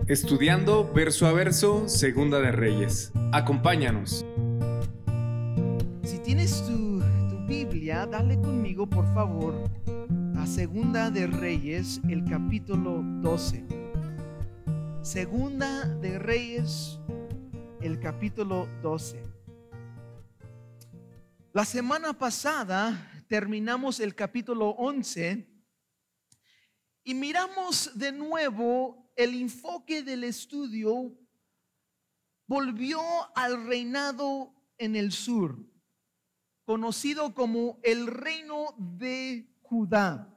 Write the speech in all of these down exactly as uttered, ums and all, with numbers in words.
Estudiando verso a verso, Segunda de Reyes. Acompáñanos. Si tienes tu, tu Biblia, dale conmigo por favor a Segunda de Reyes, el capítulo doce. Segunda de Reyes, el capítulo doce. La semana pasada terminamos el capítulo once y miramos de nuevo el enfoque del estudio. Volvió al reinado en el sur, conocido como el reino de Judá.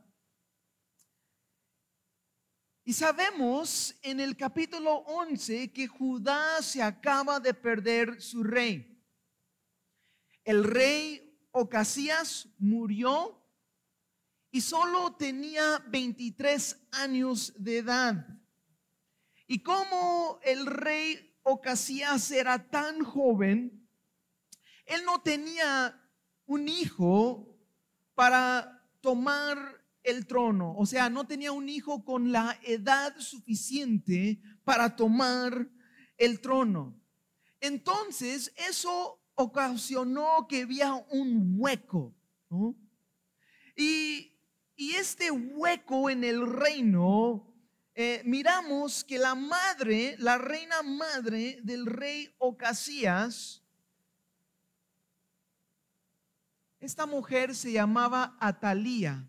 Y sabemos en el capítulo once que Judá se acaba de perder su rey. El rey Ocasías murió y solo tenía veintitrés años de edad. Y como el rey Ocasías era tan joven, él no tenía un hijo para tomar el trono. O sea, no tenía un hijo con la edad suficiente para tomar el trono. Entonces, eso ocasionó que había un hueco, ¿no? Y, y este hueco en el reino, eh, miramos que la madre, la reina madre del rey Ocasías, esta mujer se llamaba Atalía.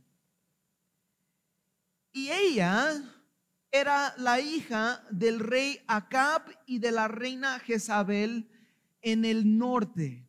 Y ella era la hija del rey Acab y de la reina Jezabel en el norte.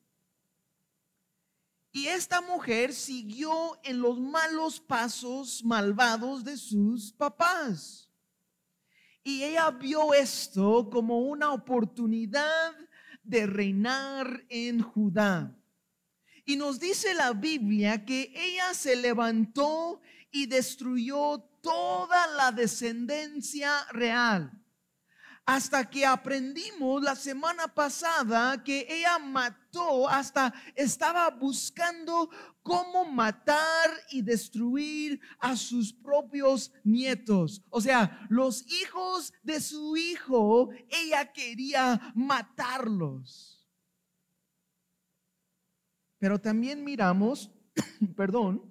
Y esta mujer siguió en los malos pasos malvados de sus papás. Y ella vio esto como una oportunidad de reinar en Judá. Y nos dice la Biblia que ella se levantó y destruyó toda la descendencia real. Hasta que aprendimos la semana pasada que ella mató, hasta estaba buscando cómo matar y destruir a sus propios nietos. O sea, los hijos de su hijo, ella quería matarlos. Pero también miramos, perdón,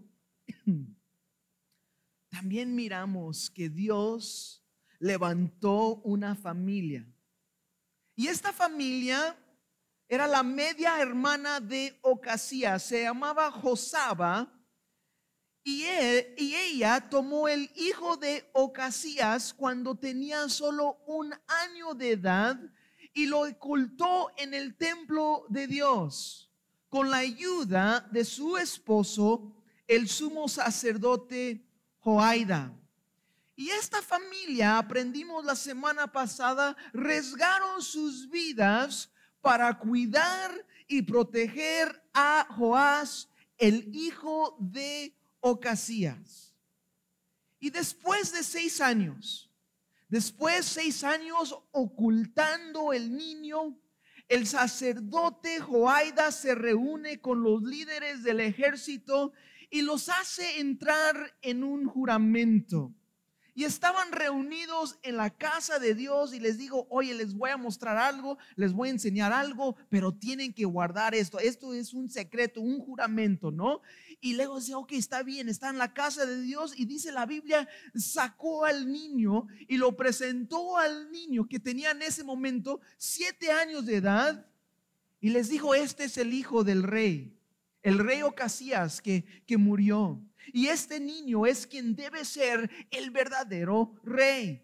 también miramos que Dios levantó una familia. Y esta familia era la media hermana de Ocasías, se llamaba Josaba, y, él, y ella tomó el hijo de Ocasías cuando tenía solo un año de edad y lo ocultó en el templo de Dios con la ayuda de su esposo, el sumo sacerdote Joiada. Y esta familia, aprendimos la semana pasada, arriesgaron sus vidas para cuidar y proteger a Joás, el hijo de Ocasías. Y después de seis años, después de seis años ocultando el niño, el sacerdote Joiada se reúne con los líderes del ejército y los hace entrar en un juramento. Y estaban reunidos en la casa de Dios y les digo, oye, les voy a mostrar algo, les voy a enseñar algo, pero tienen que guardar esto. Esto es un secreto, un juramento, ¿no? Y luego dice, ok, está bien, está en la casa de Dios. Y dice la Biblia, sacó al niño y lo presentó al niño que tenía en ese momento siete años de edad. Y les dijo, este es el hijo del rey, el rey Ocasías que, que murió. Y este niño es quien debe ser el verdadero rey.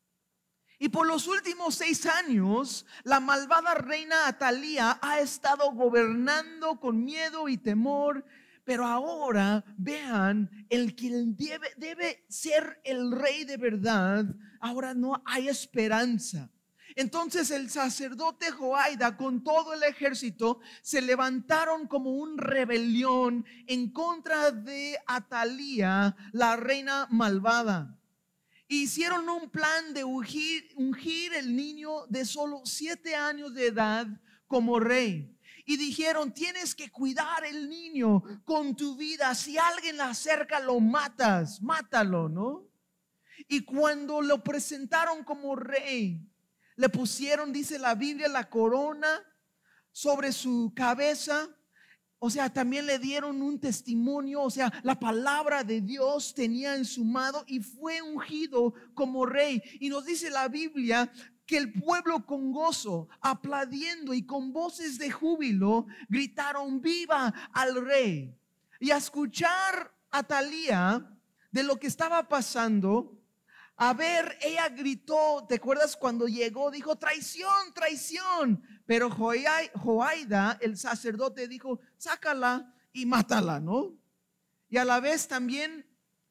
Y por los últimos seis años, la malvada reina Atalía ha estado gobernando con miedo y temor. Pero ahora vean, el quien debe, debe ser el rey de verdad, ahora no hay esperanza. Entonces el sacerdote Joiada con todo el ejército se levantaron como un rebelión en contra de Atalía, la reina malvada. Hicieron un plan de ungir, ungir el niño de solo siete años de edad como rey. Y dijeron, tienes que cuidar el niño con tu vida. Si alguien le acerca, lo matas, mátalo, ¿no? Y cuando lo presentaron como rey, le pusieron, dice la Biblia, la corona sobre su cabeza. O sea, también le dieron un testimonio, o sea, la palabra de Dios tenía en su mano y fue ungido como rey. Y nos dice la Biblia que el pueblo con gozo, aplaudiendo y con voces de júbilo, gritaron viva al rey. Y a escuchar a Talía de lo que estaba pasando, a ver, ella gritó, ¿te acuerdas cuando llegó? Dijo, traición, traición. Pero Joaida, el sacerdote, dijo, sácala y mátala, ¿no? Y a la vez también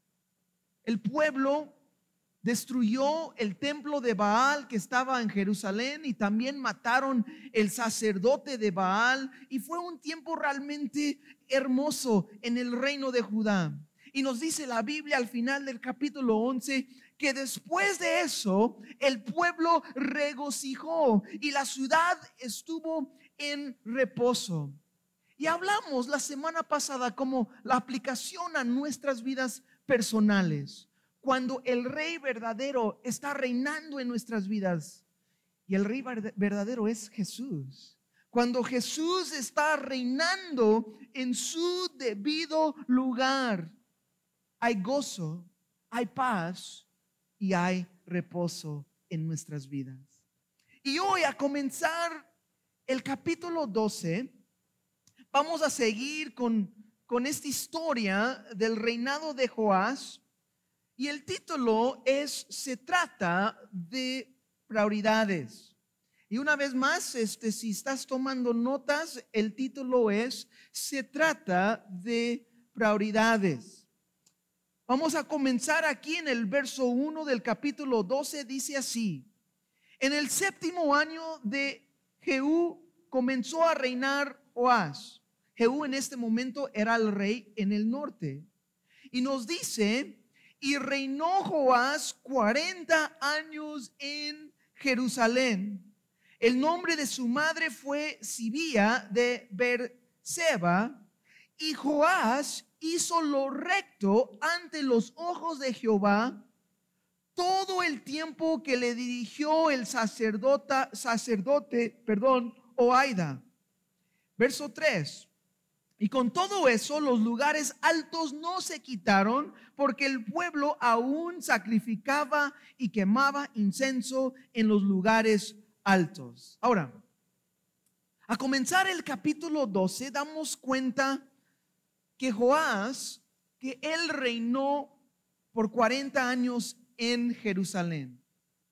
el pueblo destruyó el templo de Baal que estaba en Jerusalén y también mataron el sacerdote de Baal. Y fue un tiempo realmente hermoso en el reino de Judá. Y nos dice la Biblia al final del capítulo once que después de eso el pueblo regocijó y la ciudad estuvo en reposo. Y hablamos la semana pasada como la aplicación a nuestras vidas personales. Cuando el rey verdadero está reinando en nuestras vidas, y el rey verdadero es Jesús. Cuando Jesús está reinando en su debido lugar, hay gozo, hay paz y hay reposo en nuestras vidas. Y hoy, a comenzar el capítulo doce, vamos a seguir con, con esta historia del reinado de Joás. Y el título es, se trata de prioridades. Y una vez más, este, si estás tomando notas, el título es, se trata de prioridades. Vamos a comenzar aquí en el verso uno del capítulo doce, dice así: en el séptimo año de Jehú comenzó a reinar Joás. Jehú en este momento era el rey en el norte. Y nos dice, y reinó Joás cuarenta años en Jerusalén. El nombre de su madre fue Sibía de Berseba. Y Joás hizo lo recto ante los ojos de Jehová todo el tiempo que le dirigió el sacerdote, sacerdote, perdón, Joaida. Verso tres. Y con todo eso, los lugares altos no se quitaron, porque el pueblo aún sacrificaba y quemaba incienso en los lugares altos. Ahora, a comenzar el capítulo doce, damos cuenta que Joás, que él reinó por cuarenta años en Jerusalén.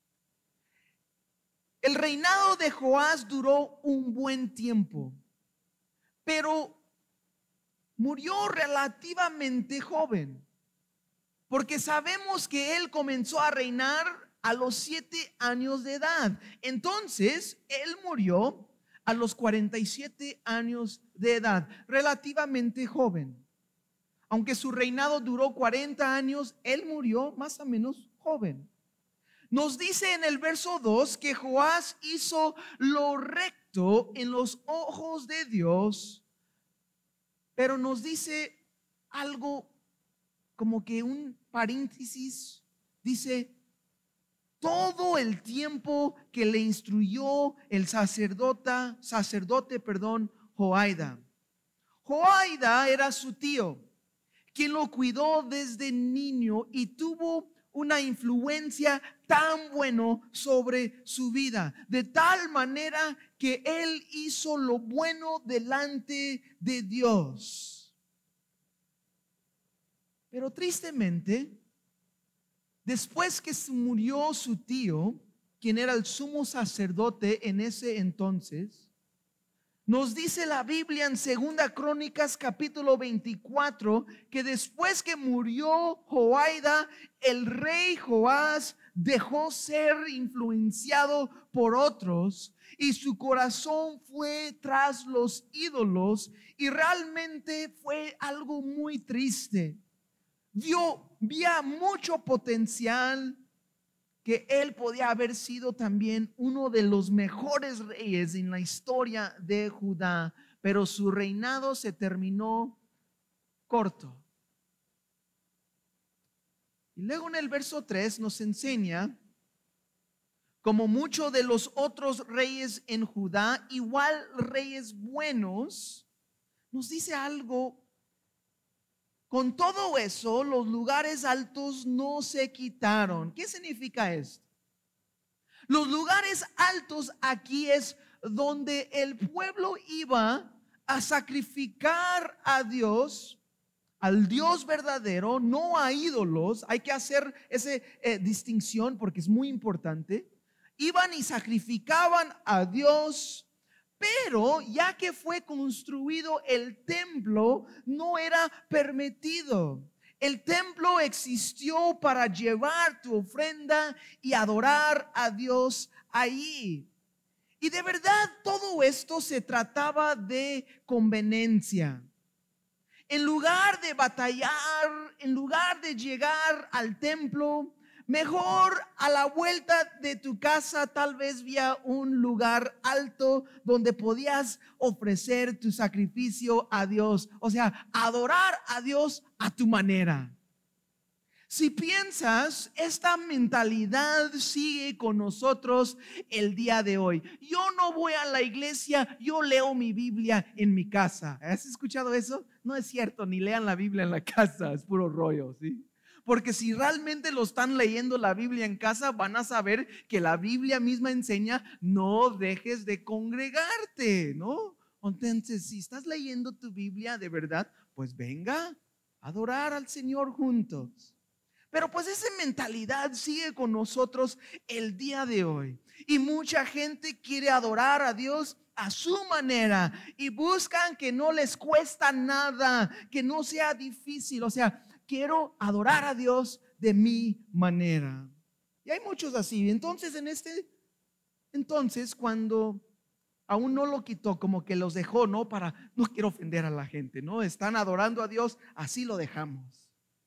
El reinado de Joás duró un buen tiempo, pero murió relativamente joven, porque sabemos que él comenzó a reinar a los siete años de edad. Entonces, él murió a los cuarenta y siete años de edad, relativamente joven. Aunque su reinado duró cuarenta años, él murió más o menos joven. Nos dice en el verso dos que Joás hizo lo recto en los ojos de Dios, pero nos dice algo como que un paréntesis, dice, todo el tiempo que le instruyó el sacerdote, sacerdote, perdón, Joaida. Joaida era su tío, quien lo cuidó desde niño y tuvo una influencia tan buena sobre su vida, de tal manera que él hizo lo bueno delante de Dios. Pero tristemente, después que murió su tío, quien era el sumo sacerdote en ese entonces, nos dice la Biblia en Segunda Crónicas capítulo veinticuatro que después que murió Joaida, el rey Joás dejó ser influenciado por otros y su corazón fue tras los ídolos, y realmente fue algo muy triste. Vio, vio mucho potencial, que él podía haber sido también uno de los mejores reyes en la historia de Judá, pero su reinado se terminó corto. Y luego en el verso tres nos enseña, como muchos de los otros reyes en Judá, igual reyes buenos, nos dice algo. Con todo eso, los lugares altos no se quitaron. ¿Qué significa esto? Los lugares altos aquí es donde el pueblo iba a sacrificar a Dios, al Dios verdadero, no a ídolos. Hay que hacer esa eh, distinción porque es muy importante. Iban y sacrificaban a Dios, pero ya que fue construido el templo, no era permitido. El templo existió para llevar tu ofrenda y adorar a Dios ahí. Y de verdad todo esto se trataba de conveniencia. En lugar de batallar, en lugar de llegar al templo, mejor a la vuelta de tu casa tal vez había un lugar alto donde podías ofrecer tu sacrificio a Dios. O sea, adorar a Dios a tu manera. Si piensas, esta mentalidad sigue con nosotros el día de hoy. Yo no voy a la iglesia, yo leo mi Biblia en mi casa. ¿Has escuchado eso? No es cierto, ni lean la Biblia en la casa, es puro rollo, ¿sí? Porque si realmente lo están leyendo la Biblia en casa, van a saber que la Biblia misma enseña, no dejes de congregarte, ¿no? Entonces, si estás leyendo tu Biblia de verdad, pues venga a adorar al Señor juntos. Pero pues esa mentalidad sigue con nosotros el día de hoy. Y mucha gente quiere adorar a Dios a su manera y buscan que no les cuesta nada, que no sea difícil. O sea, quiero adorar a Dios de mi manera. Y hay muchos así. Entonces, en este, entonces cuando aún no lo quitó, como que los dejó, ¿no? Para, no quiero ofender a la gente, ¿no? Están adorando a Dios, así lo dejamos.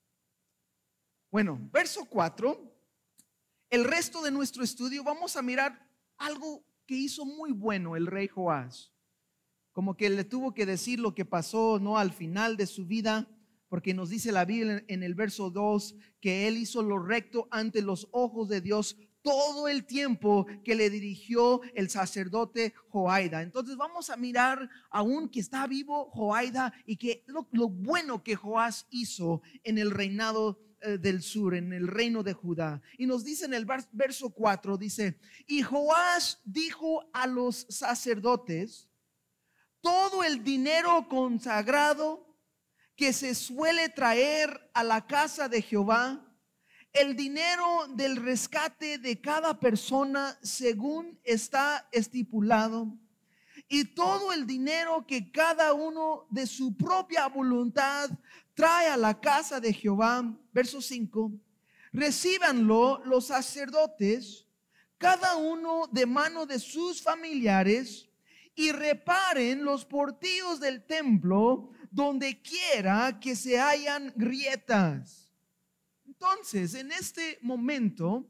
Bueno, verso cuatro, el resto de nuestro estudio vamos a mirar algo que hizo muy bueno el rey Joás. Como que le tuvo que decir lo que pasó, ¿no? Al final de su vida, porque nos dice la Biblia en el verso dos que él hizo lo recto ante los ojos de Dios todo el tiempo que le dirigió el sacerdote Joaida. Entonces vamos a mirar aún que está vivo Joaida y que lo, lo bueno que Joás hizo en el reinado del sur, en el reino de Judá. Y nos dice en el verso cuatro, dice, y Joás dijo a los sacerdotes, todo el dinero consagrado que se suele traer a la casa de Jehová, el dinero del rescate de cada persona según está estipulado, y todo el dinero que cada uno de su propia voluntad trae a la casa de Jehová, verso cinco, recíbanlo los sacerdotes, cada uno de mano de sus familiares, y reparen los portillos del templo donde quiera que se hayan grietas. Entonces, en este momento,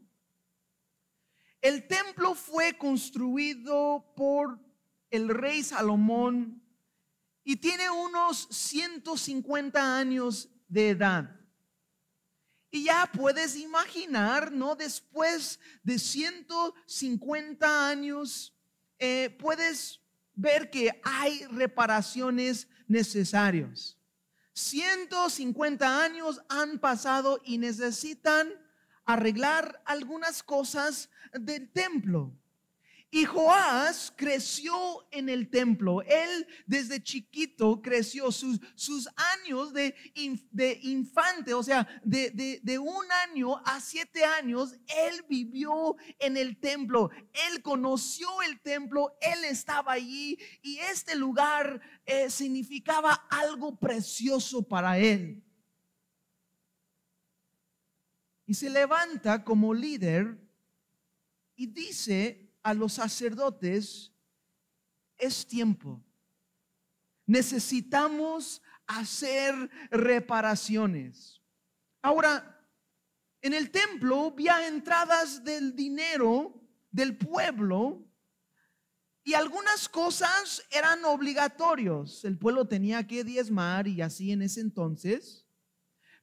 el templo fue construido por el rey Salomón y tiene unos ciento cincuenta años de edad. Y ya puedes imaginar, ¿no? Después de ciento cincuenta años, eh, puedes ver que hay reparaciones necesarias. ciento cincuenta años han pasado y necesitan arreglar algunas cosas del templo. Y Joás creció en el templo. Él desde chiquito creció sus, sus años de, de infante, o sea, de, de, de un año a siete años, él vivió en el templo. Él conoció el templo, él estaba allí y este lugar eh, significaba algo precioso para él. Y se levanta como líder y dice a los sacerdotes, es tiempo, necesitamos hacer reparaciones. Ahora, en el templo había entradas del dinero del pueblo y algunas cosas eran obligatorios. El pueblo tenía que diezmar y así en ese entonces.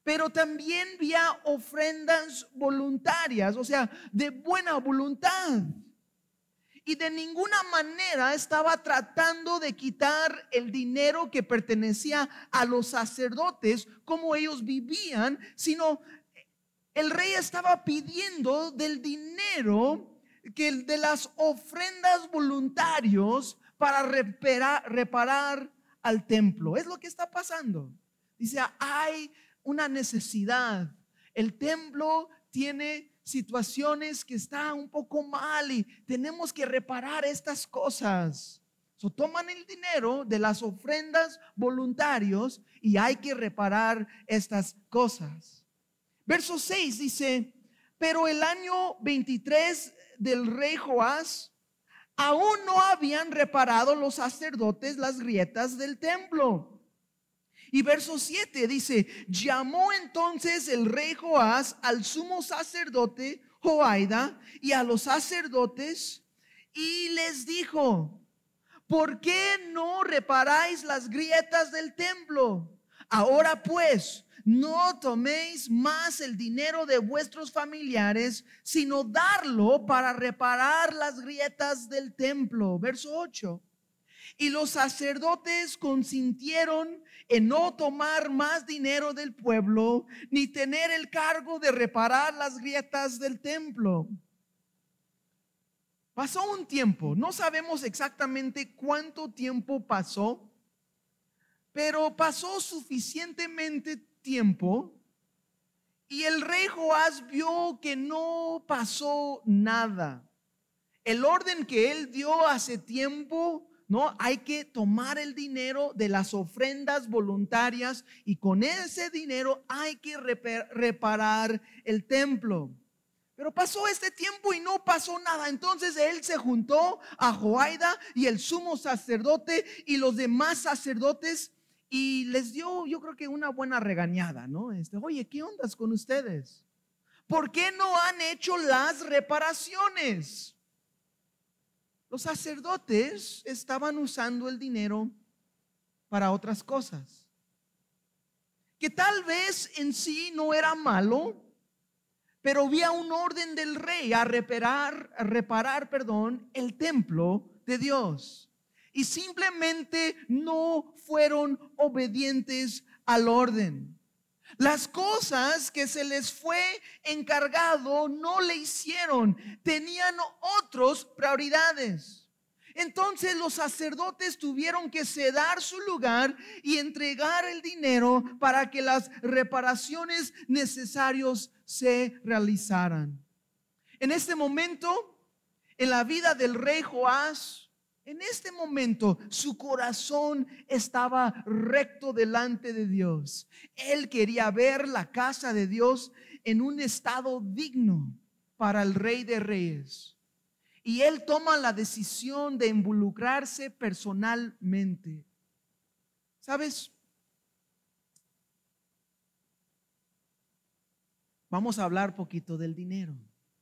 pero también había ofrendas voluntarias, o sea, de buena voluntad. Y de ninguna manera estaba tratando de quitar el dinero que pertenecía a los sacerdotes, como ellos vivían, sino el rey estaba pidiendo del dinero que de las ofrendas voluntarios para reparar, reparar al templo. Es lo que está pasando. Dice, hay una necesidad. El templo tiene situaciones que están un poco mal y tenemos que reparar estas cosas. So, toman el dinero de las ofrendas voluntarios y hay que reparar estas cosas. Verso seis dice, pero el año veintitrés del rey Joás, aún no habían reparado los sacerdotes las grietas del templo. Y verso siete dice, llamó entonces el rey Joás al sumo sacerdote Joiada y a los sacerdotes y les dijo, ¿por qué no reparáis las grietas del templo? Ahora pues, no toméis más el dinero de vuestros familiares, sino darlo para reparar las grietas del templo. Verso ocho. Y los sacerdotes consintieron en no tomar más dinero del pueblo, ni tener el cargo de reparar las grietas del templo. Pasó un tiempo, no sabemos exactamente cuánto tiempo pasó, pero pasó suficientemente tiempo y el rey Joás vio que no pasó nada. El orden que él dio hace tiempo, no, hay que tomar el dinero de las ofrendas voluntarias y con ese dinero hay que reparar el templo. Pero pasó este tiempo y no pasó nada. Entonces él se juntó a Joiada y el sumo sacerdote y los demás sacerdotes y les dio, yo creo que una buena regañada, ¿no? Este, oye, ¿qué ondas con ustedes? ¿Por qué no han hecho las reparaciones? Los sacerdotes estaban usando el dinero para otras cosas, que tal vez en sí no era malo, pero había un orden del rey a reparar, a reparar, perdón, el templo de Dios. Y simplemente no fueron obedientes al orden. Las cosas que se les fue encargado no le hicieron, tenían otras prioridades. Entonces los sacerdotes tuvieron que ceder su lugar y entregar el dinero para que las reparaciones necesarias se realizaran. En este momento, en la vida del rey Joás, en este momento su corazón estaba recto delante de Dios. Él quería ver la casa de Dios en un estado digno para el Rey de Reyes. Y él toma la decisión de involucrarse personalmente. ¿Sabes? Vamos a hablar poquito del dinero.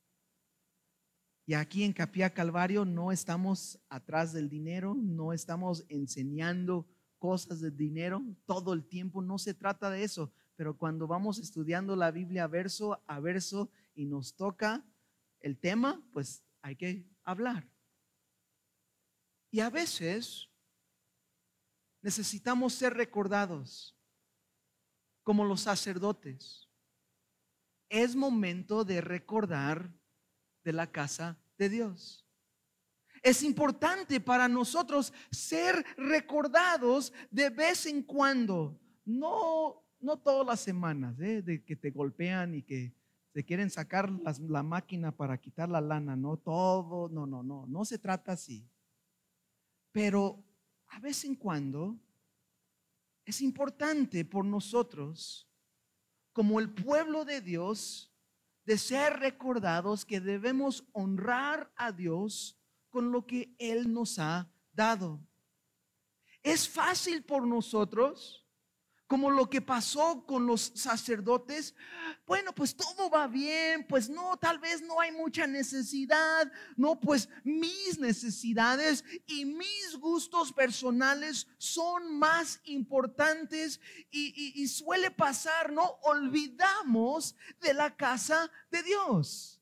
Y aquí en Capilla Calvario no estamos atrás del dinero, no estamos enseñando cosas del dinero todo el tiempo, no se trata de eso. Pero cuando vamos estudiando la Biblia verso a verso y nos toca el tema, pues hay que hablar. Y a veces necesitamos ser recordados como los sacerdotes. Es momento de recordar de la casa de Dios. Es importante para nosotros ser recordados de vez en cuando, no, no todas las semanas, ¿eh? De que te golpean y que te quieren sacar las, la máquina para quitar la lana, no todo, no, no, no, no se trata así. Pero a vez en cuando es importante por nosotros, como el pueblo de Dios, de ser recordados que debemos honrar a Dios con lo que Él nos ha dado. Es fácil por nosotros como lo que pasó con los sacerdotes. Bueno, pues todo va bien, pues no, tal vez no hay mucha necesidad. No, pues mis necesidades y mis gustos personales son más importantes. Y, y, y suele pasar, ¿no? Olvidamos de la casa de Dios.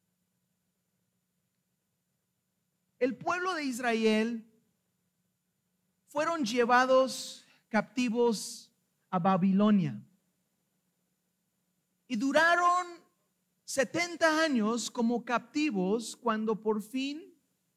El pueblo de Israel fueron llevados captivos a Babilonia y duraron setenta años como captivos, cuando por fin,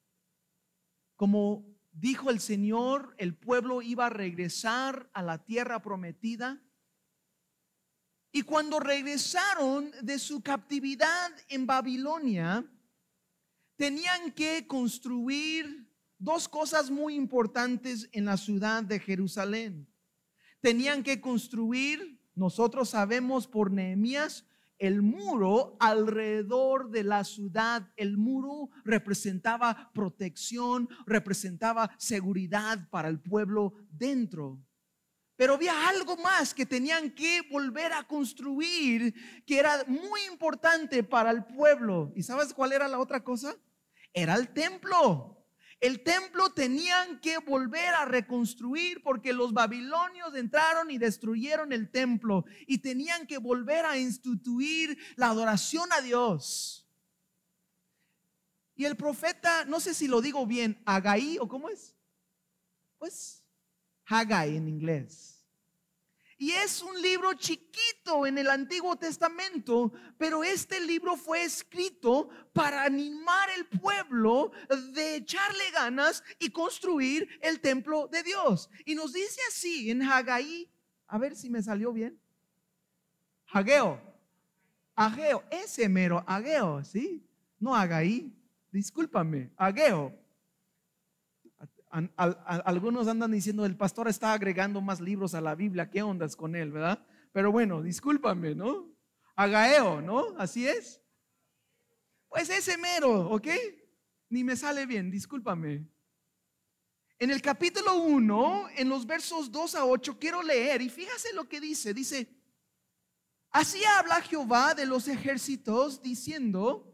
como dijo el Señor, el pueblo iba a regresar a la tierra prometida. Y cuando regresaron de su captividad en Babilonia, tenían que construir dos cosas muy importantes en la ciudad de Jerusalén. Tenían que construir, nosotros sabemos por Nehemías, el muro alrededor de la ciudad. El muro representaba protección, representaba seguridad para el pueblo dentro. Pero había algo más que tenían que volver a construir, que era muy importante para el pueblo. ¿Y sabes cuál era la otra cosa? Era el templo. El templo tenían que volver a reconstruir, porque los babilonios entraron y destruyeron el templo, y tenían que volver a instituir la adoración a Dios. Y el profeta, no sé si lo digo bien, Hagai, o cómo es, pues Haggai en inglés. Y es un libro chiquito en el Antiguo Testamento, pero este libro fue escrito para animar al pueblo de echarle ganas y construir el templo de Dios. Y nos dice así en Haggai, a ver si me salió bien. Hageo, Ageo, ese mero, Ageo, ¿sí? No Haggai, discúlpame, Ageo. Algunos andan diciendo, el pastor está agregando más libros a la Biblia, ¿qué ondas con él, verdad? Pero bueno, discúlpame, ¿no? Ageo, ¿no? Así es. Pues ese mero, ¿ok? Ni me sale bien, discúlpame. En el capítulo uno, en los versos dos a ocho, quiero leer, y fíjate lo que dice. Dice: así habla Jehová de los ejércitos, diciendo: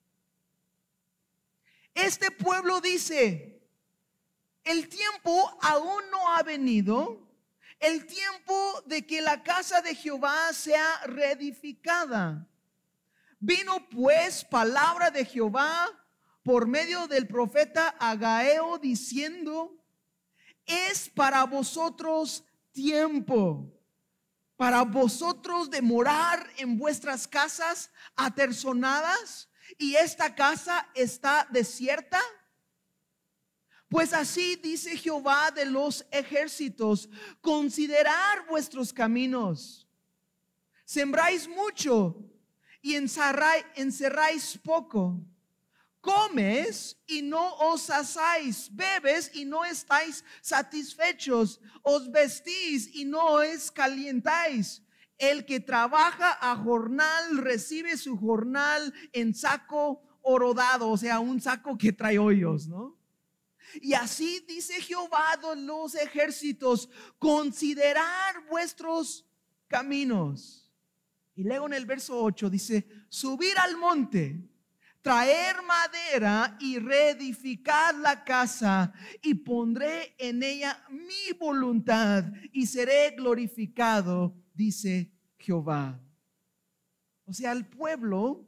este pueblo dice, el tiempo aún no ha venido, el tiempo de que la casa de Jehová sea reedificada. Vino pues palabra de Jehová por medio del profeta Ageo, diciendo: es para vosotros tiempo, para vosotros de morar en vuestras casas aterzonadas, y esta casa está desierta. Pues así dice Jehová de los ejércitos: considerad vuestros caminos. Sembráis mucho y encerráis, encerráis poco. Comes y no os saciáis, bebes y no estáis satisfechos, os vestís y no os calientáis. El que trabaja a jornal recibe su jornal en saco horodado, o sea, un saco que trae hoyos, ¿no? Y así dice Jehová de los ejércitos: considerad vuestros caminos. Y luego en el verso ocho dice: subir al monte, traer madera y reedificar la casa, y pondré en ella mi voluntad y seré glorificado, dice Jehová. O sea, el pueblo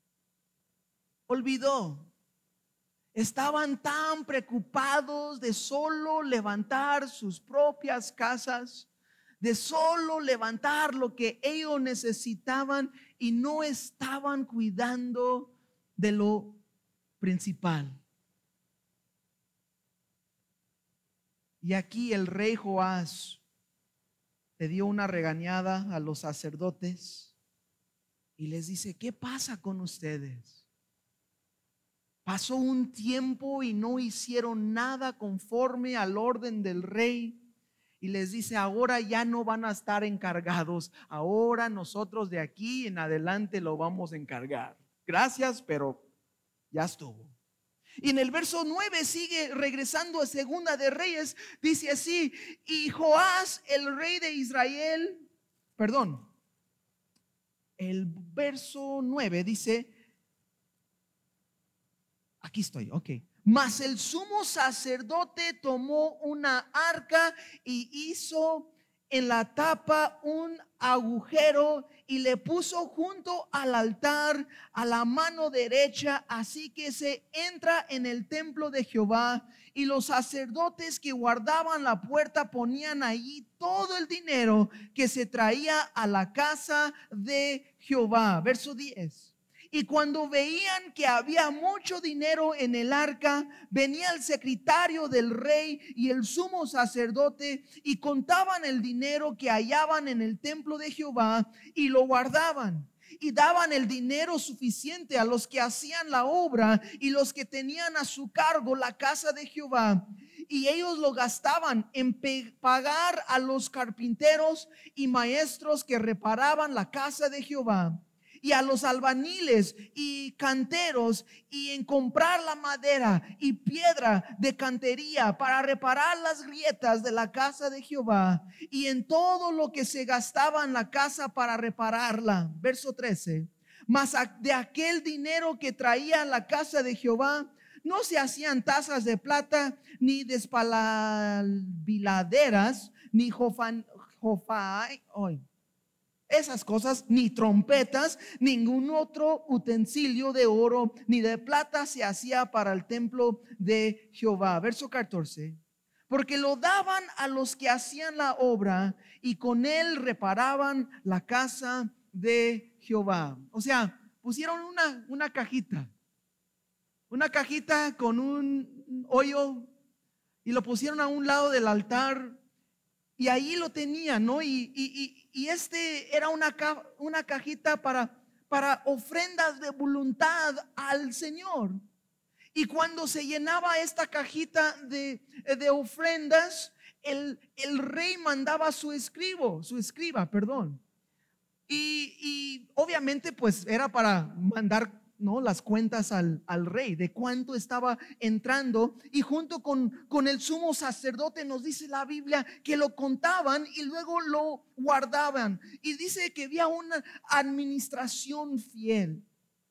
olvidó. Estaban tan preocupados de solo levantar sus propias casas, de solo levantar lo que ellos necesitaban, y no estaban cuidando de lo principal. Y aquí el rey Joás le dio una regañada a los sacerdotes y les dice: ¿qué pasa con ustedes? Pasó un tiempo y no hicieron nada conforme al orden del rey. Y les dice: ahora ya no van a estar encargados, ahora nosotros de aquí en adelante lo vamos a encargar. Gracias, pero ya estuvo. Y en el verso nueve sigue regresando a Segunda de Reyes, dice así: y Joás, el rey de Israel, perdón, el verso nueve dice, aquí estoy, ok. Mas el sumo sacerdote tomó una arca y hizo en la tapa un agujero y le puso junto al altar a la mano derecha, así que se entra en el templo de Jehová. Y los sacerdotes que guardaban la puerta ponían allí todo el dinero que se traía a la casa de Jehová. Verso diez. Y cuando veían que había mucho dinero en el arca, venía el secretario del rey y el sumo sacerdote y contaban el dinero que hallaban en el templo de Jehová y lo guardaban. Y daban el dinero suficiente a los que hacían la obra y los que tenían a su cargo la casa de Jehová. Y ellos lo gastaban en pagar a los carpinteros y maestros que reparaban la casa de Jehová, y a los albañiles y canteros, y en comprar la madera y piedra de cantería para reparar las grietas de la casa de Jehová, y en todo lo que se gastaba en la casa para repararla. Verso trece. Mas de aquel dinero que traía la casa de Jehová no se hacían tazas de plata, ni despalaviladeras, ni jofan, jofai, hoy esas cosas, ni trompetas, ningún otro utensilio de oro ni de plata se hacía para el templo de Jehová. Verso catorce. Porque lo daban a los que hacían la obra y con él reparaban la casa de Jehová. O sea, pusieron una, una cajita, una cajita con un hoyo y lo pusieron a un lado del altar. Y ahí lo tenían, ¿no? Y, y, y este era una, ca, una cajita para, para ofrendas de voluntad al Señor. Y cuando se llenaba esta cajita de, de ofrendas, el, el rey mandaba a su escribo, su escriba, perdón. Y, y obviamente pues era para mandar, ¿no?, las cuentas al, al rey de cuánto estaba entrando, y junto con, con el sumo sacerdote nos dice la Biblia que lo contaban y luego lo guardaban, y dice que había una administración fiel.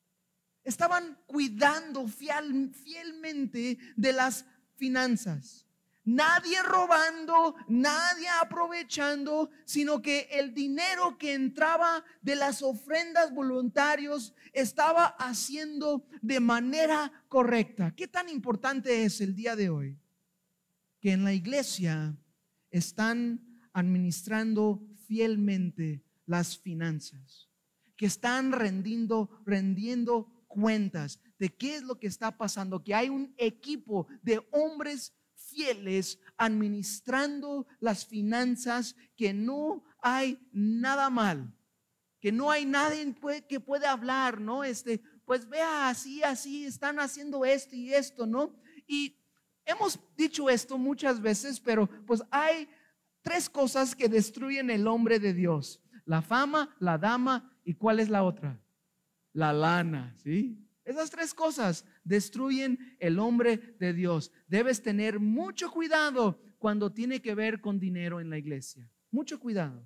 Estaban cuidando fiel, fielmente de las finanzas. Nadie robando, nadie aprovechando, sino que el dinero que entraba de las ofrendas voluntarios estaba haciendo de manera correcta. ¿Qué tan importante es el día de hoy que en la iglesia están administrando fielmente las finanzas, que están rendiendo, rendiendo cuentas de qué es lo que está pasando, que hay un equipo de hombres fieles administrando las finanzas, que no hay nada mal, que no hay nadie que puede hablar, ¿no? Este, pues vea, así, así están haciendo esto y esto, ¿no? Y hemos dicho esto muchas veces, pero pues hay tres cosas que destruyen el hombre de Dios: la fama, la dama, y ¿cuál es la otra? La lana, ¿sí? Esas tres cosas destruyen el hombre de Dios. Debes tener mucho cuidado cuando tiene que ver con dinero en la iglesia. Mucho cuidado.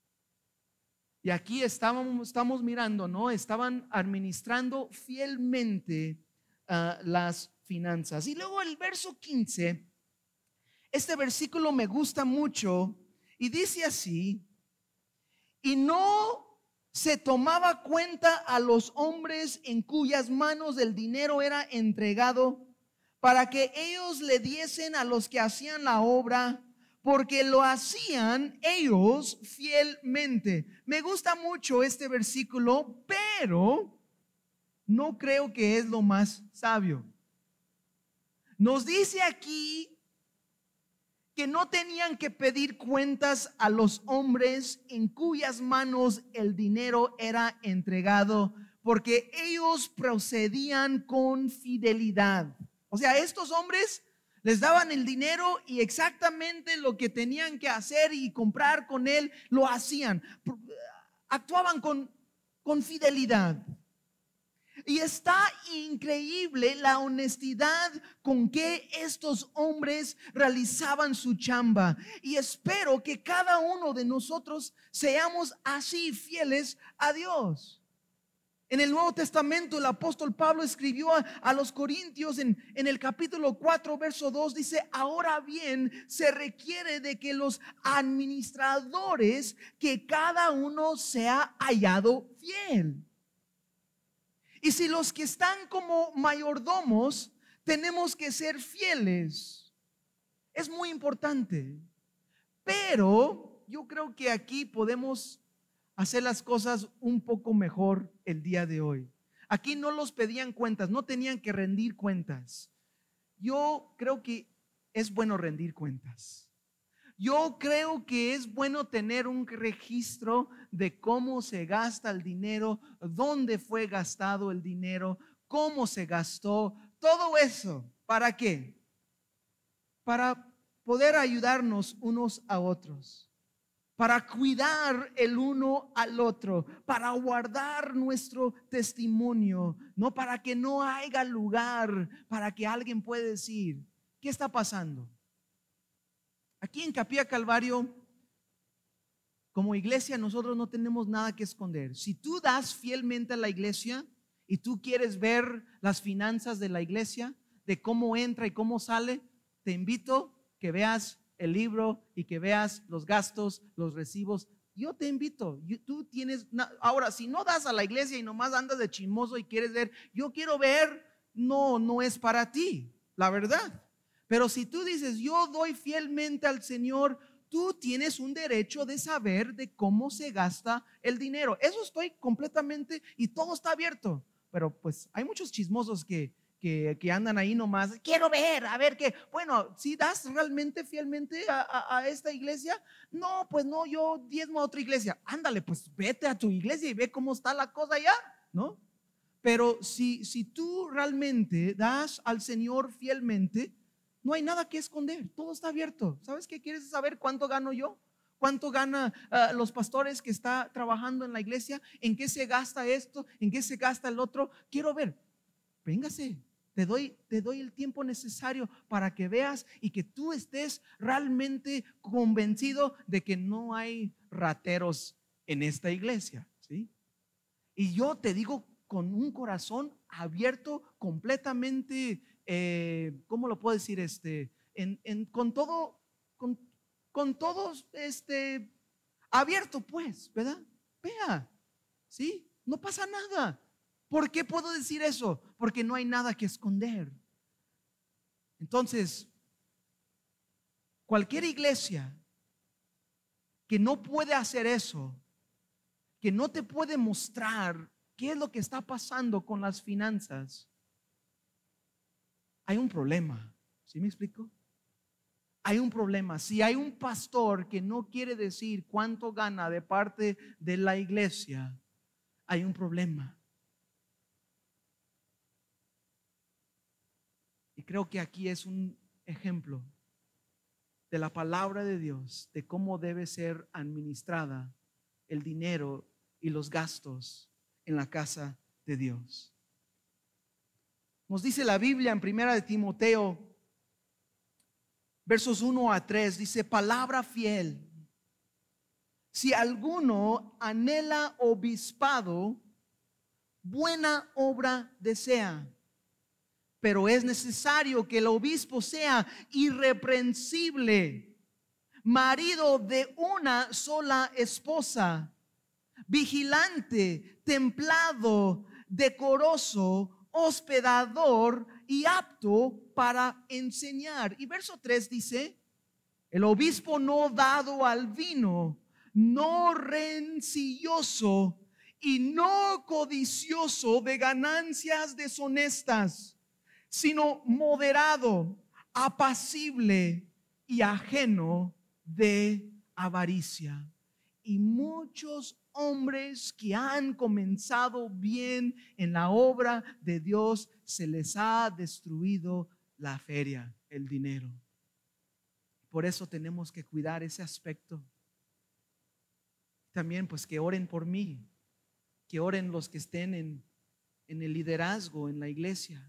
Y aquí estábamos, estamos mirando, ¿no? Estaban administrando fielmente uh, las finanzas. Y luego el verso quince, este versículo me gusta mucho y dice así: y no se tomaba cuenta a los hombres en cuyas manos el dinero era entregado, para que ellos le diesen a los que hacían la obra, porque lo hacían ellos fielmente. Me gusta mucho este versículo, pero no creo que es lo más sabio. Nos dice aquí que no tenían que pedir cuentas a los hombres en cuyas manos el dinero era entregado, porque ellos procedían con fidelidad. O sea, estos hombres les daban el dinero y exactamente lo que tenían que hacer y comprar con él, lo hacían. Actuaban con, con fidelidad. Y está increíble la honestidad con que estos hombres realizaban su chamba. Y espero que cada uno de nosotros seamos así fieles a Dios. En el Nuevo Testamento el apóstol Pablo escribió a, a los Corintios en, en el capítulo cuatro verso dos, dice: ahora bien se requiere de que los administradores, que cada uno sea hallado fiel. Y si los que están como mayordomos tenemos que ser fieles, es muy importante. Pero yo creo que aquí podemos hacer las cosas un poco mejor el día de hoy. Aquí no los pedían cuentas, no tenían que rendir cuentas. Yo creo que es bueno rendir cuentas. Yo creo que es bueno tener un registro de cómo se gasta el dinero, dónde fue gastado el dinero, cómo se gastó, todo eso. ¿Para qué? Para poder ayudarnos unos a otros, para cuidar el uno al otro, para guardar nuestro testimonio, no para que no haya lugar para que alguien pueda decir: ¿qué está pasando? Aquí en Capilla Calvario, como iglesia, nosotros no tenemos nada que esconder. Si tú das fielmente a la iglesia y tú quieres ver las finanzas de la iglesia, de cómo entra y cómo sale, te invito que veas el libro y que veas los gastos, los recibos. Yo te invito. Tú tienes, ahora, si no das a la iglesia y nomás andas de chismoso y quieres ver, yo quiero ver, no, no es para ti, la verdad. Pero si tú dices: yo doy fielmente al Señor, tú tienes un derecho de saber de cómo se gasta el dinero. Eso estoy completamente, y todo está abierto. Pero pues hay muchos chismosos que, que, que andan ahí nomás: quiero ver, a ver qué. Bueno, si das realmente fielmente a, a, a esta iglesia, no, pues no, yo diezmo a otra iglesia. Ándale, pues vete a tu iglesia y ve cómo está la cosa allá, ¿no? Pero si, si tú realmente das al Señor fielmente, no hay nada que esconder, todo está abierto. ¿Sabes qué? ¿Quieres saber cuánto gano yo? ¿Cuánto gana uh, los pastores que está trabajando en la iglesia? ¿En qué se gasta esto? ¿En qué se gasta el otro? Quiero ver. Véngase, te doy, te doy el tiempo necesario para que veas y que tú estés realmente convencido de que no hay rateros en esta iglesia, ¿sí? Y yo te digo con un corazón abierto, completamente, eh, ¿cómo lo puedo decir? Este, en, en, con todo, con, con todos, este, abierto, pues, ¿verdad? Vea, ¿sí? No pasa nada. ¿Por qué puedo decir eso? Porque no hay nada que esconder. Entonces, cualquier iglesia que no puede hacer eso, que no te puede mostrar qué es lo que está pasando con las finanzas, hay un problema. ¿Sí me explico? Hay un problema. Si hay un pastor que no quiere decir cuánto gana de parte de la iglesia, hay un problema. Y creo que aquí es un ejemplo de la palabra de Dios, de cómo debe ser administrada el dinero y los gastos en la casa de Dios. Nos dice la Biblia en primera de Timoteo, versos uno a tres, dice: palabra fiel. Si alguno anhela obispado, buena obra desea. Pero es necesario que el obispo sea irreprensible, marido de una sola esposa, vigilante, templado, decoroso, hospedador y apto para enseñar. Y verso tres dice: el obispo no dado al vino, no rencilloso y no codicioso de ganancias deshonestas, sino moderado, apacible y ajeno de avaricia. Y muchos hombres que han comenzado bien en la obra de Dios, se les ha destruido la feria, el dinero. Por eso tenemos que cuidar ese aspecto. También pues que oren por mí, que oren los que estén en, en el liderazgo en la iglesia.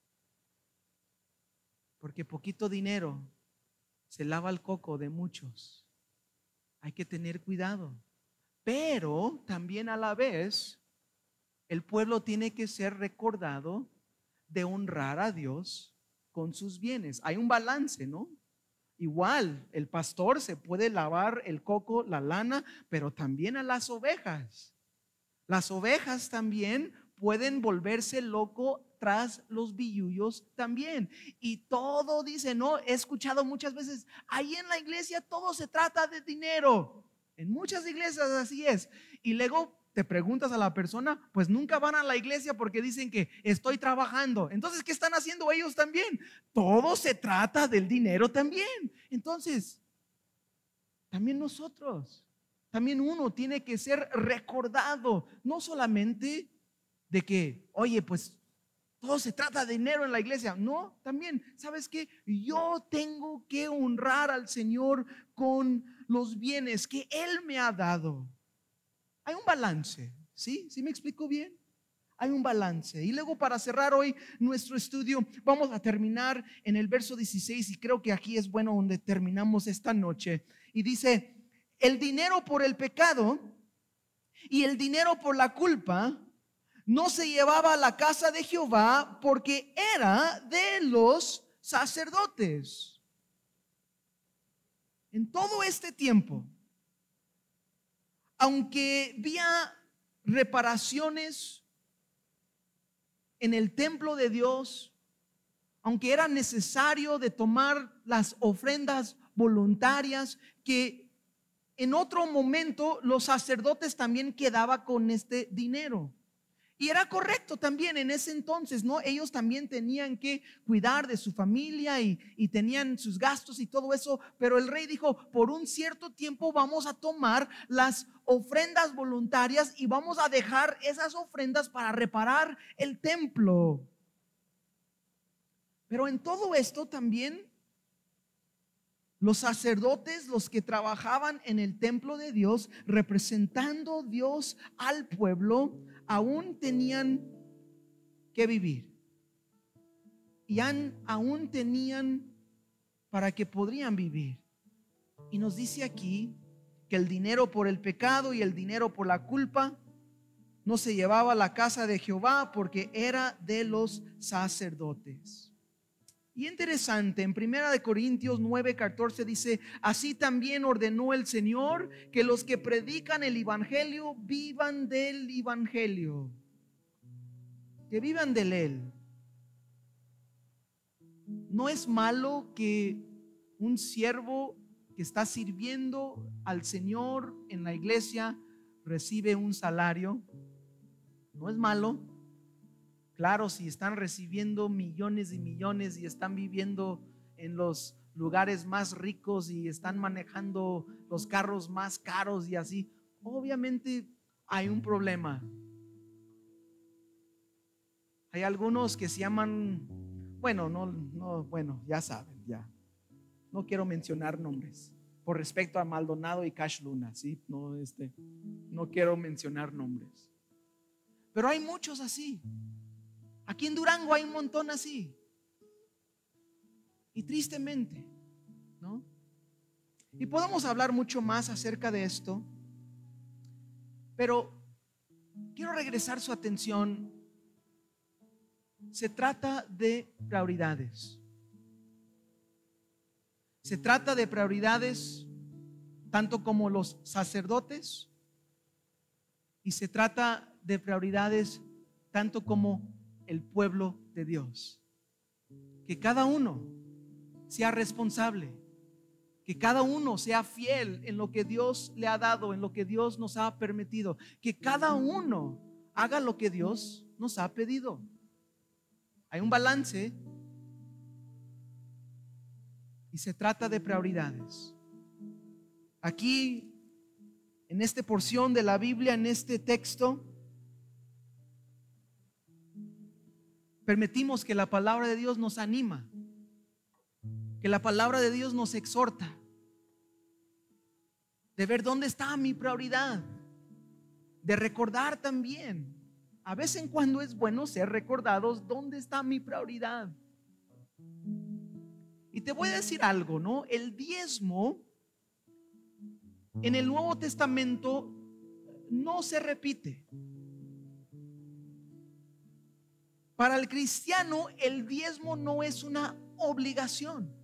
Porque poquito dinero se lava el coco de muchos. Hay que tener cuidado. Pero también a la vez, el pueblo tiene que ser recordado de honrar a Dios con sus bienes. Hay un balance, ¿no? Igual, el pastor se puede lavar el coco, la lana, pero también a las ovejas. Las ovejas también pueden volverse loco tras los billullos también. Y todo dice, no, he escuchado muchas veces, ahí en la iglesia todo se trata de dinero. En muchas iglesias así es. Y luego te preguntas a la persona, pues nunca van a la iglesia porque dicen que estoy trabajando. Entonces, ¿qué están haciendo ellos también? Todo se trata del dinero también. Entonces, también nosotros, también uno tiene que ser recordado, no solamente de que, oye, pues todo se trata de dinero en la iglesia. No, también, ¿sabes qué? Yo tengo que honrar al Señor con los bienes que Él me ha dado. Hay un balance, ¿sí? ¿Sí me explico bien? Hay un balance. Y luego, para cerrar hoy nuestro estudio, vamos a terminar en el verso dieciséis, y creo que aquí es bueno donde terminamos esta noche. Y dice, el dinero por el pecado y el dinero por la culpa no se llevaba a la casa de Jehová, porque era de los sacerdotes. En todo este tiempo, aunque había reparaciones en el templo de Dios, aunque era necesario de tomar las ofrendas voluntarias, que en otro momento los sacerdotes también quedaban con este dinero. Y era correcto también en ese entonces, ¿no? Ellos también tenían que cuidar de su familia y, y tenían sus gastos y todo eso. Pero el rey dijo, por un cierto tiempo vamos a tomar las ofrendas voluntarias y vamos a dejar esas ofrendas para reparar el templo. Pero en todo esto también los sacerdotes, los que trabajaban en el templo de Dios, representando a Dios al pueblo, aún tenían que vivir. Y han, aún tenían para que podrían vivir. Y nos dice aquí que el dinero por el pecado y el dinero por la culpa no se llevaba a la casa de Jehová, porque era de los sacerdotes. Y interesante, en primera de Corintios nueve catorce dice, así también ordenó el Señor que los que predican el evangelio vivan del evangelio, que vivan de él. No es malo que un siervo que está sirviendo al Señor en la iglesia recibe un salario. No es malo. Claro, si están recibiendo millones y millones y están viviendo en los lugares más ricos y están manejando los carros más caros y así, obviamente hay un problema. Hay algunos que se llaman, bueno, no, no, bueno, ya saben, ya. No quiero mencionar nombres por respecto a Maldonado y Cash Luna, ¿sí? No, este, no quiero mencionar nombres. Pero hay muchos así. Aquí en Durango hay un montón así. Y tristemente, ¿no? Y podemos hablar mucho más acerca de esto, pero quiero regresar su atención. Se trata de prioridades. Se trata de prioridades tanto como los sacerdotes, y se trata de prioridades tanto como el pueblo de Dios. Que cada uno sea responsable, que cada uno sea fiel en lo que Dios le ha dado, en lo que Dios nos ha permitido, que cada uno haga lo que Dios nos ha pedido. Hay un balance y se trata de prioridades. Aquí, en esta porción de la Biblia, en este texto, permitimos que la palabra de Dios nos anima, que la palabra de Dios nos exhorta de ver dónde está mi prioridad, de recordar también a vez en cuando es bueno ser recordados dónde está mi prioridad. Y te voy a decir algo, ¿no? El diezmo en el Nuevo Testamento no se repite. Para el cristiano, el diezmo no es una obligación.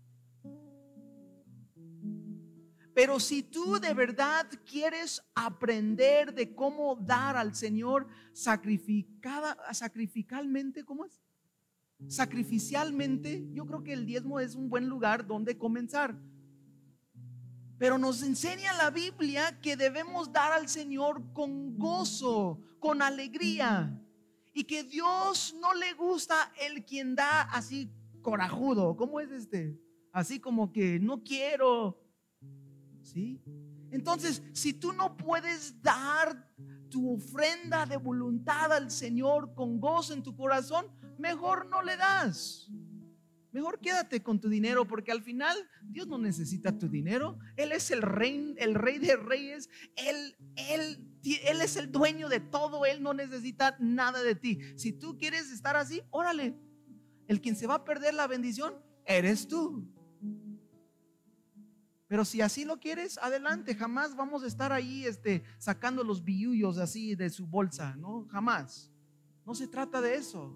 Pero si tú de verdad quieres aprender de cómo dar al Señor sacrificada, sacrificalmente, ¿cómo es? Sacrificialmente, yo creo que el diezmo es un buen lugar donde comenzar. Pero nos enseña la Biblia que debemos dar al Señor con gozo, con alegría, y que Dios no le gusta el quien da así corajudo. ¿Cómo es este? Así como que no quiero. ¿Sí? Entonces, si tú no puedes dar tu ofrenda de voluntad al Señor con gozo en tu corazón, mejor no le das. Mejor quédate con tu dinero, porque al final Dios no necesita tu dinero. Él es el rey, el rey de reyes. Él, él, él es el dueño de todo. Él no necesita nada de ti. Si tú quieres estar así, órale. El quien se va a perder la bendición eres tú. Pero si así lo quieres, adelante. Jamás vamos a estar ahí este, sacando los billullos así de su bolsa, ¿no? Jamás. No se trata de eso.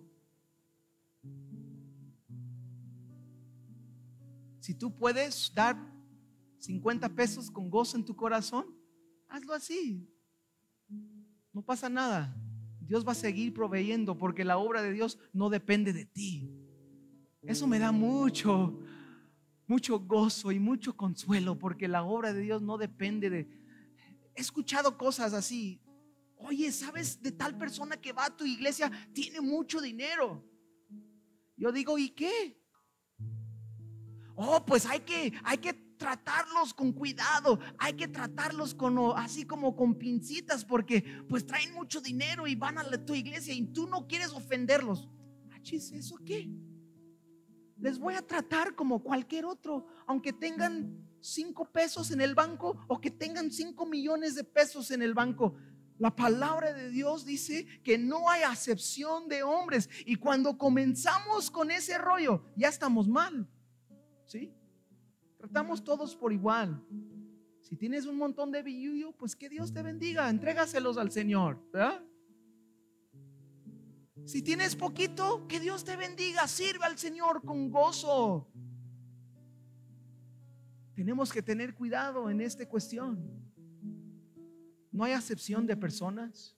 Si tú puedes dar cincuenta pesos con gozo en tu corazón, hazlo así. No pasa nada. Dios va a seguir proveyendo, porque la obra de Dios no depende de ti. Eso me da mucho mucho gozo y mucho consuelo, porque la obra de Dios no depende de... He escuchado cosas así. Oye, ¿sabes de tal persona que va a tu iglesia? Tiene mucho dinero. Yo digo, ¿y qué? Oh, pues hay que, hay que tratarlos con cuidado. Hay que tratarlos con, así como con pincitas, porque pues traen mucho dinero y van a la, tu iglesia y tú no quieres ofenderlos. Achis, ¿eso qué? Les voy a tratar como cualquier otro, aunque tengan cinco pesos en el banco o que tengan cinco millones de pesos en el banco. La palabra de Dios dice que no hay acepción de hombres, y cuando comenzamos con ese rollo ya estamos mal. ¿Sí? Tratamos todos por igual. Si tienes un montón de billullo, pues que Dios te bendiga, entrégaselos al Señor, ¿verdad? Si tienes poquito, que Dios te bendiga, sirve al Señor con gozo. Tenemos que tener cuidado en esta cuestión. No hay acepción de personas,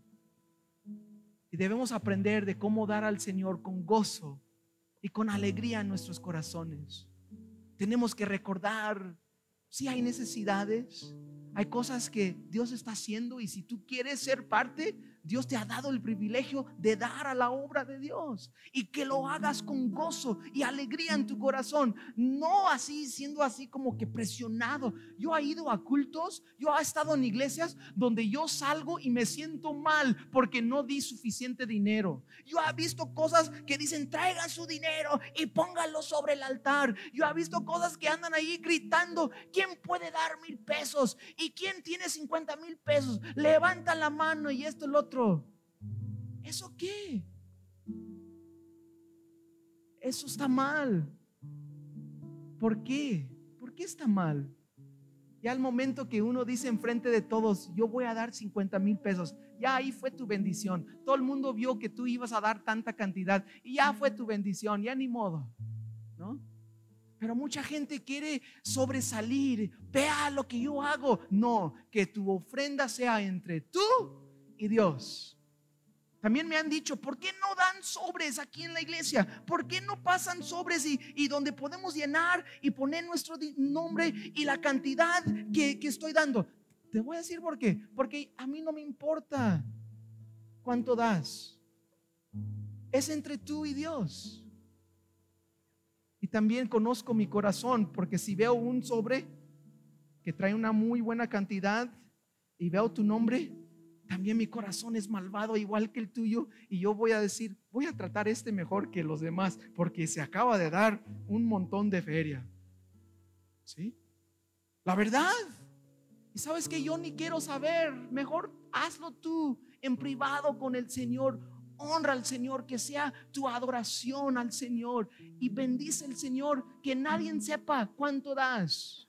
y debemos aprender de cómo dar al Señor con gozo y con alegría en nuestros corazones. Tenemos que recordar, si hay necesidades, hay cosas que Dios está haciendo, y si tú quieres ser parte, Dios te ha dado el privilegio de dar a la obra de Dios, y que lo hagas con gozo y alegría en tu corazón, no así siendo así como que presionado. Yo he ido a cultos, yo he estado en iglesias donde yo salgo y me siento mal porque no di suficiente dinero. Yo he visto cosas que dicen traigan su dinero y pónganlo sobre el altar. Yo he visto cosas que andan ahí gritando, ¿quién puede dar mil pesos? ¿Y quién tiene cincuenta mil pesos? Levanta la mano y esto y lo otro. ¿Eso qué? Eso está mal. ¿Por qué? ¿Por qué está mal? Ya al momento que uno dice enfrente de todos, yo voy a dar cincuenta mil pesos, ya ahí fue tu bendición. Todo el mundo vio que tú ibas a dar tanta cantidad y ya fue tu bendición, ya ni modo, ¿no? Pero mucha gente quiere sobresalir. Vea lo que yo hago. No, que tu ofrenda sea entre tú y Dios. También me han dicho, ¿por qué no dan sobres aquí en la iglesia? ¿Por qué no pasan sobres y, y donde podemos llenar y poner nuestro nombre y la cantidad que, que estoy dando? Te voy a decir por qué. Porque a mí no me importa cuánto das. Es entre tú y Dios. Y también conozco mi corazón, porque si veo un sobre que trae una muy buena cantidad y veo tu nombre, también mi corazón es malvado igual que el tuyo, y yo voy a decir, voy a tratar este mejor que los demás porque se acaba de dar un montón de feria. ¿Sí? La verdad. Y sabes que yo ni quiero saber, mejor hazlo tú en privado con el Señor. Honra al Señor, que sea tu adoración al Señor, y bendice al Señor, que nadie sepa cuánto das.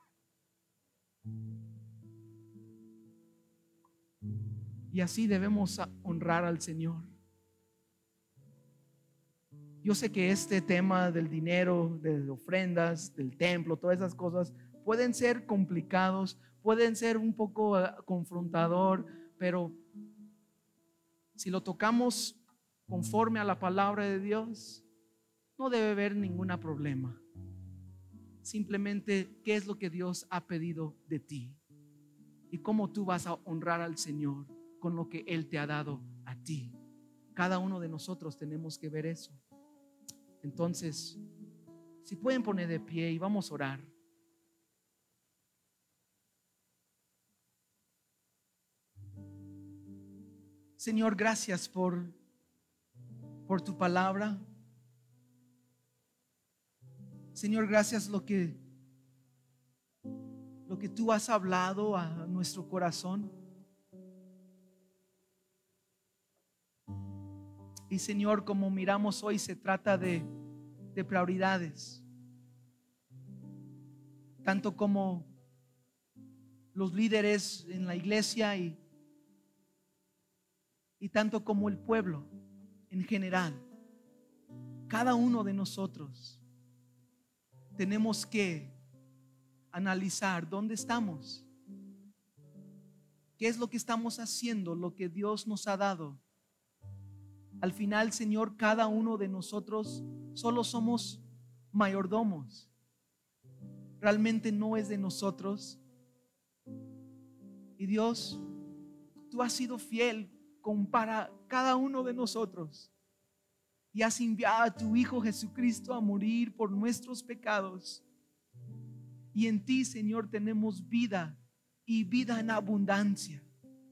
Y así debemos honrar al Señor. Yo sé que este tema del dinero, de ofrendas, del templo, todas esas cosas pueden ser complicados, pueden ser un poco uh, confrontador, pero si lo tocamos conforme a la palabra de Dios, no debe haber ningún problema. Simplemente, ¿qué es lo que Dios ha pedido de ti? Y cómo tú vas a honrar al Señor con lo que Él te ha dado a ti. Cada uno de nosotros tenemos que ver eso. Entonces, si pueden poner de pie y vamos a orar. Señor, gracias por, por tu palabra. Señor, gracias lo que, lo que tú has hablado a nuestro corazón. Y Señor, como miramos hoy, se trata de, de prioridades. Tanto como los líderes en la iglesia y, y tanto como el pueblo en general. Cada uno de nosotros tenemos que analizar dónde estamos, qué es lo que estamos haciendo, lo que Dios nos ha dado. Al final, Señor, cada uno de nosotros solo somos mayordomos. Realmente no es de nosotros. Y Dios, tú has sido fiel con para cada uno de nosotros. Y has enviado a tu Hijo Jesucristo a morir por nuestros pecados. Y en ti, Señor, tenemos vida y vida en abundancia.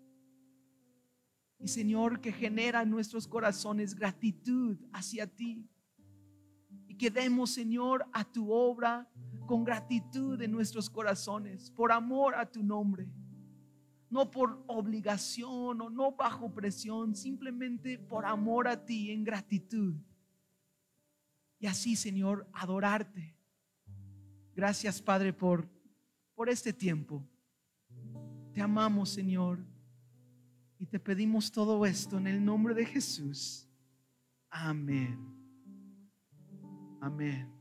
Y Señor, que genera en nuestros corazones gratitud hacia ti. Y que demos, Señor, a tu obra con gratitud en nuestros corazones, por amor a tu nombre. No por obligación o no bajo presión, simplemente por amor a ti en gratitud. Y así, Señor, adorarte. Gracias, Padre, por, por este tiempo. Te amamos, Señor. Y te pedimos todo esto en el nombre de Jesús. Amén. Amén.